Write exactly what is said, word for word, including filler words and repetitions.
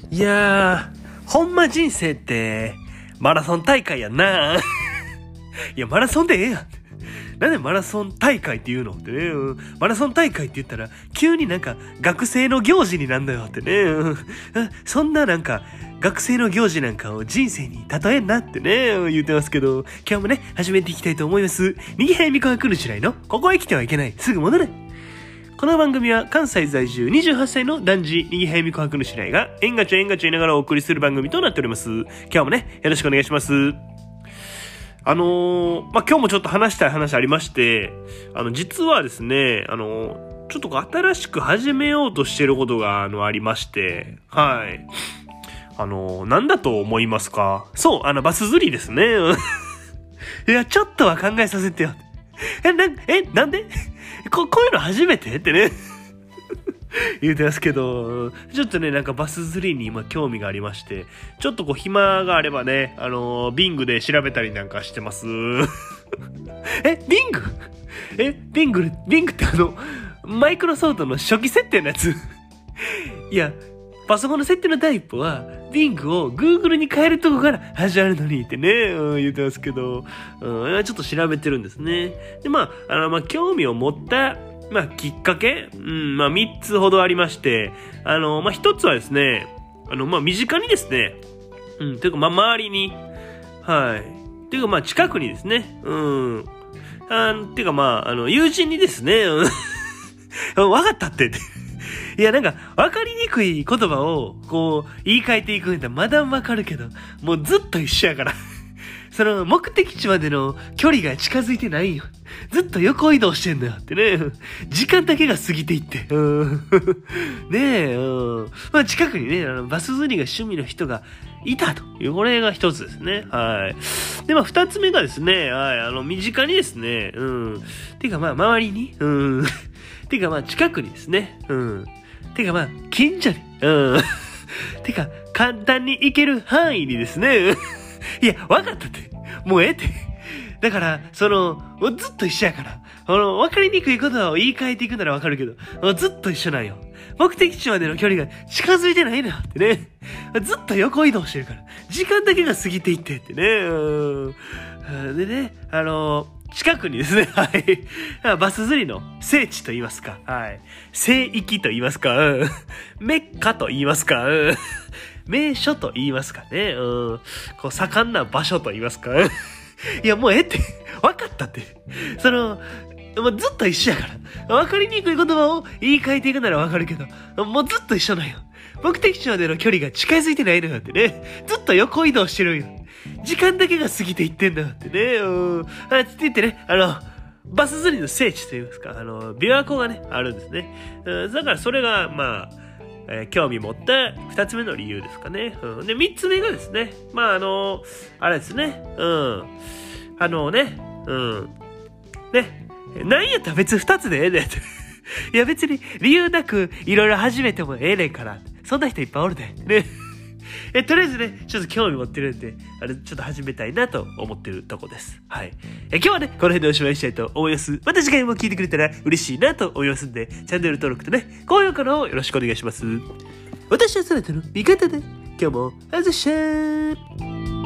いやー、ほんま人生ってマラソン大会やんな。いや、マラソンでええやん。なんでマラソン大会って言うのってね、うん、マラソン大会って言ったら急になんか学生の行事になんだよってね、うん、そんななんか学生の行事なんかを人生に例えんなってね、うん、言ってますけど、今日もね始めていきたいと思います。右早見川くるしないのここへ来てはいけない、すぐ戻れ。この番組は関西在住にじゅうはっさいの男児、右早見琥珀主来がえんがちょえんがちょ言いながらお送りする番組となっております。今日もね、よろしくお願いします。あのー、まあ、今日もちょっと話したい話ありまして、あの、実はですね、あのー、ちょっと新しく始めようとしていることが、あの、ありまして、はい。あのー、なんだと思いますか？そう、あの、バス釣りですね。いや、ちょっとは考えさせてよ。え、な、え、なんでこ、こういうの初めてってね言うてますけど、ちょっとね、なんかバス釣りに今興味がありまして、ちょっとこう暇があればね、あのー、ビングで調べたりなんかしてます。え、ビングえ、ビング、ビングってあの、マイクロソフトの初期設定のやついや、パソコンの設定の第一歩は、ビングを Google に変えるとこから始まるのにってね、うん、言ってますけど、うん、ちょっと調べてるんですね。で、まあ、あの、まあ、興味を持った、まあ、きっかけ、うん、まあ、みっつほどありまして、あの、まあ、ひとつはですね、あの、まあ、身近にですね、うん、というか、まあ、周りに、はい、というか、まあ、近くにですね、うん、あっていうか、まあ、あの、友人にですね、うん、わかったって。いや、なんか、わかりにくい言葉を、こう、言い換えていくんだ。まだわかるけど、もうずっと一緒やから。その、目的地までの距離が近づいてないよ。ずっと横移動してんだよってね。時間だけが過ぎていって。うん、ねえ、うん。まあ、近くにね、あのバス釣りが趣味の人がいたという、これが一つですね。はい。で、まあ、二つ目がですね、はい、あの、身近にですね、うん。ていうか、まあ、周りに、うん。ていうか、まあ、近くにですね、うん。てかまあ、近所に。うん。てか、簡単に行ける範囲にですね。いや、わかったって。もうええって。だから、その、ずっと一緒やから。あの、わかりにくい言葉を言い換えていくならわかるけど、ずっと一緒なんよ。目的地までの距離が近づいてないのよってね。ずっと横移動してるから。時間だけが過ぎていってってね。うん。でね、あの近くにですね、はい。バス釣りの聖地と言いますか、はい。聖域と言いますか、うん、メッカと言いますか、うん、名所と言いますかね、うん、こう盛んな場所と言いますか、いや、もうええって、分かったって。その、もうずっと一緒やから。分かりにくい言葉を言い換えていくなら分かるけど、もうずっと一緒なんよ。目的地までの距離が近づいてないのよってね。ずっと横移動してるんよ。時間だけが過ぎていってんだよってね。うん。あ、つって言ってね、あの、バス釣りの聖地といいますか、あの、琵琶湖がね、あるんですね。うん、だからそれが、まあ、えー、興味持った二つ目の理由ですかね。うん。で、三つ目がですね、まあ、あの、あれですね。うん。あのね、うん。ね。なんやったら別に二つでええねんって。いや別に理由なくいろいろ始めてもええねんから。そんな人いっぱいおるで。ね。え、とりあえずね、ちょっと興味持ってるんで、あれ、ちょっと始めたいなと思ってるとこです。はい。え、今日はね、この辺でおしまいにしたいと思います。また次回も聞いてくれたら嬉しいなと思いますんで、チャンネル登録とね、高評価の方よろしくお願いします。私はそなたの味方で、今日もあざっしゃー。